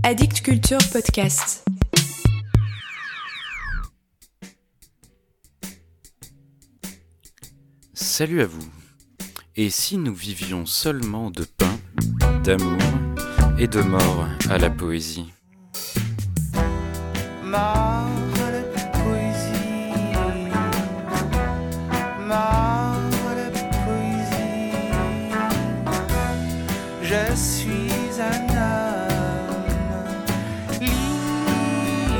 Addict Culture Podcast. Salut à vous. Et si nous vivions seulement de pain, d'amour et de mort à la poésie ? Mort à la poésie, mort à la poésie. Je suis un homme libre.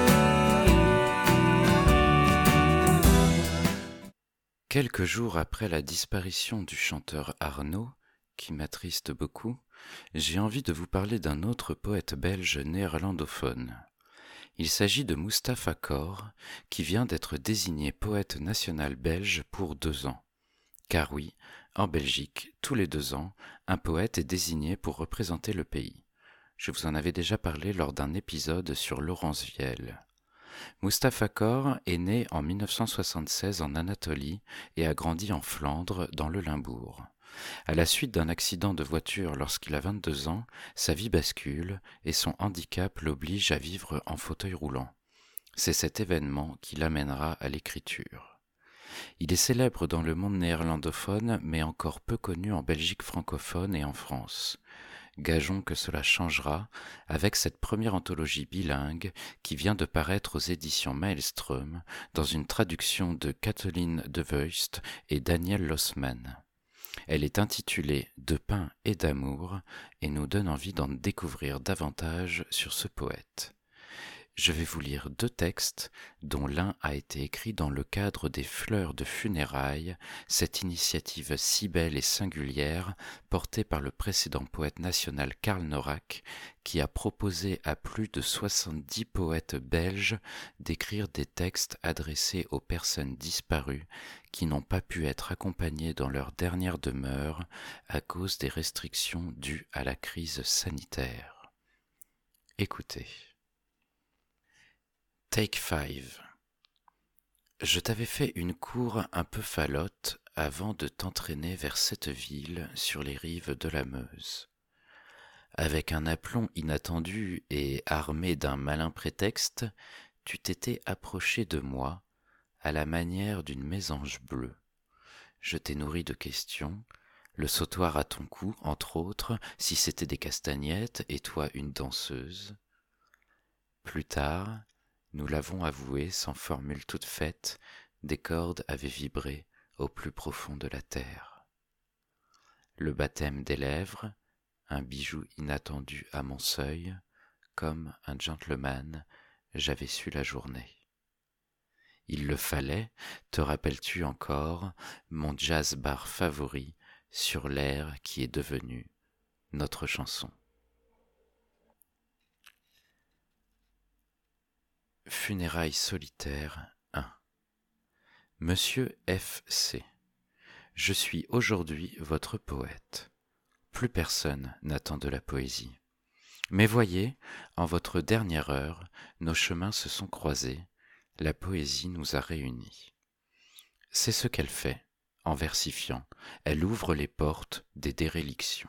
Quelques jours après la disparition du chanteur Arnaud, qui m'attriste beaucoup, j'ai envie de vous parler d'un autre poète belge néerlandophone. Il s'agit de Mustapha Cor, qui vient d'être désigné poète national belge pour 2 ans. Car oui, en Belgique, tous les 2 ans, un poète est désigné pour représenter le pays. Je vous en avais déjà parlé lors d'un épisode sur Laurence Vielle. Mustapha Cor est né en 1976 en Anatolie et a grandi en Flandre, dans le Limbourg. À la suite d'un accident de voiture lorsqu'il a 22 ans, sa vie bascule et son handicap l'oblige à vivre en fauteuil roulant. C'est cet événement qui l'amènera à l'écriture. Il est célèbre dans le monde néerlandophone, mais encore peu connu en Belgique francophone et en France. Gageons que cela changera avec cette première anthologie bilingue qui vient de paraître aux éditions Maelstrom dans une traduction de Kathleen De Vuist et Daniel Lossman. Elle est intitulée « De pain et d'amour » et nous donne envie d'en découvrir davantage sur ce poète. Je vais vous lire 2 textes, dont l'un a été écrit dans le cadre des Fleurs de funérailles, cette initiative si belle et singulière portée par le précédent poète national Karl Norak, qui a proposé à plus de 70 poètes belges d'écrire des textes adressés aux personnes disparues qui n'ont pas pu être accompagnées dans leur dernière demeure à cause des restrictions dues à la crise sanitaire. Écoutez. Take 5. Je t'avais fait une cour un peu falote avant de t'entraîner vers cette ville sur les rives de la Meuse. Avec un aplomb inattendu et armé d'un malin prétexte, tu t'étais approché de moi à la manière d'une mésange bleue. Je t'ai nourri de questions, le sautoir à ton cou, entre autres, si c'était des castagnettes et toi une danseuse. Plus tard, nous l'avons avoué sans formule toute faite, des cordes avaient vibré au plus profond de la terre. Le baptême des lèvres, un bijou inattendu à mon seuil, comme un gentleman, j'avais su la journée. Il le fallait, te rappelles-tu encore, mon jazz bar favori sur l'air qui est devenu notre chanson. Funérailles solitaires 1. Monsieur F.C. Je suis aujourd'hui votre poète. Plus personne n'attend de la poésie. Mais voyez, en votre dernière heure, nos chemins se sont croisés, la poésie nous a réunis. C'est ce qu'elle fait, en versifiant, elle ouvre les portes des dérélictions.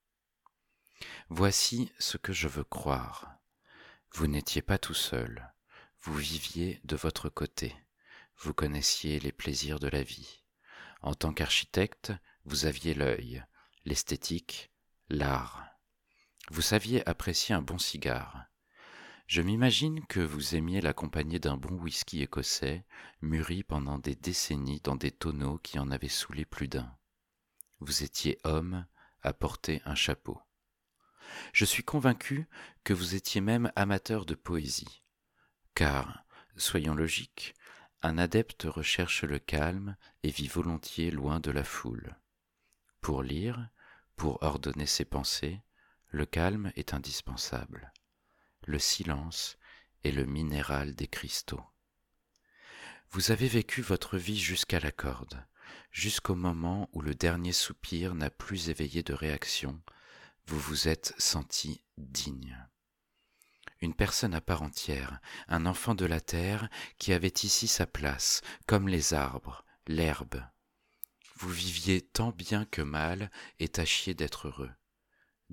Voici ce que je veux croire. Vous n'étiez pas tout seul. Vous viviez de votre côté, vous connaissiez les plaisirs de la vie. En tant qu'architecte, vous aviez l'œil, l'esthétique, l'art. Vous saviez apprécier un bon cigare. Je m'imagine que vous aimiez l'accompagner d'un bon whisky écossais, mûri pendant des décennies dans des tonneaux qui en avaient saoulé plus d'un. Vous étiez homme à porter un chapeau. Je suis convaincu que vous étiez même amateur de poésie. Car, soyons logiques, un adepte recherche le calme et vit volontiers loin de la foule. Pour lire, pour ordonner ses pensées, le calme est indispensable. Le silence est le minéral des cristaux. Vous avez vécu votre vie jusqu'à la corde, jusqu'au moment où le dernier soupir n'a plus éveillé de réaction, vous vous êtes senti digne. Une personne à part entière, un enfant de la terre qui avait ici sa place, comme les arbres, l'herbe. Vous viviez tant bien que mal et tâchiez d'être heureux.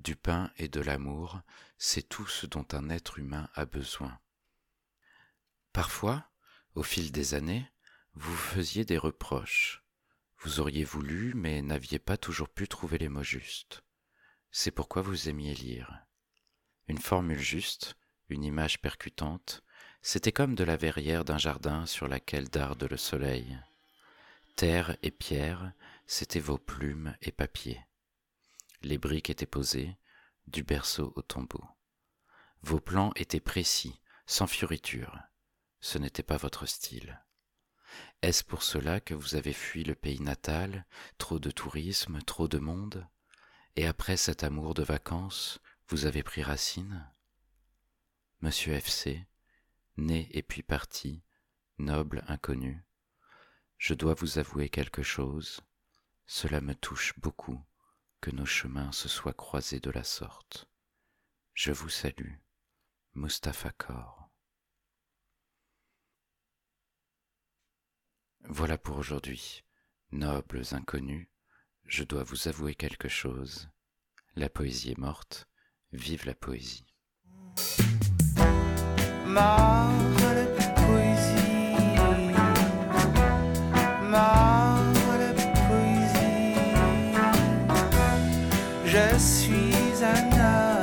Du pain et de l'amour, c'est tout ce dont un être humain a besoin. Parfois, au fil des années, vous vous faisiez des reproches. Vous auriez voulu, mais n'aviez pas toujours pu trouver les mots justes. C'est pourquoi vous aimiez lire. Une formule juste, une image percutante, c'était comme de la verrière d'un jardin sur laquelle darde le soleil. Terre et pierre, c'étaient vos plumes et papiers. Les briques étaient posées, du berceau au tombeau. Vos plans étaient précis, sans fioriture. Ce n'était pas votre style. Est-ce pour cela que vous avez fui le pays natal, trop de tourisme, trop de monde, et après cet amour de vacances, vous avez pris racine? Monsieur FC, né et puis parti, noble inconnu, je dois vous avouer quelque chose, cela me touche beaucoup que nos chemins se soient croisés de la sorte. Je vous salue, Mustapha Kor. Voilà pour aujourd'hui. Nobles inconnus, je dois vous avouer quelque chose. La poésie est morte, vive la poésie. Mort de poésie, mort de poésie. Je suis un homme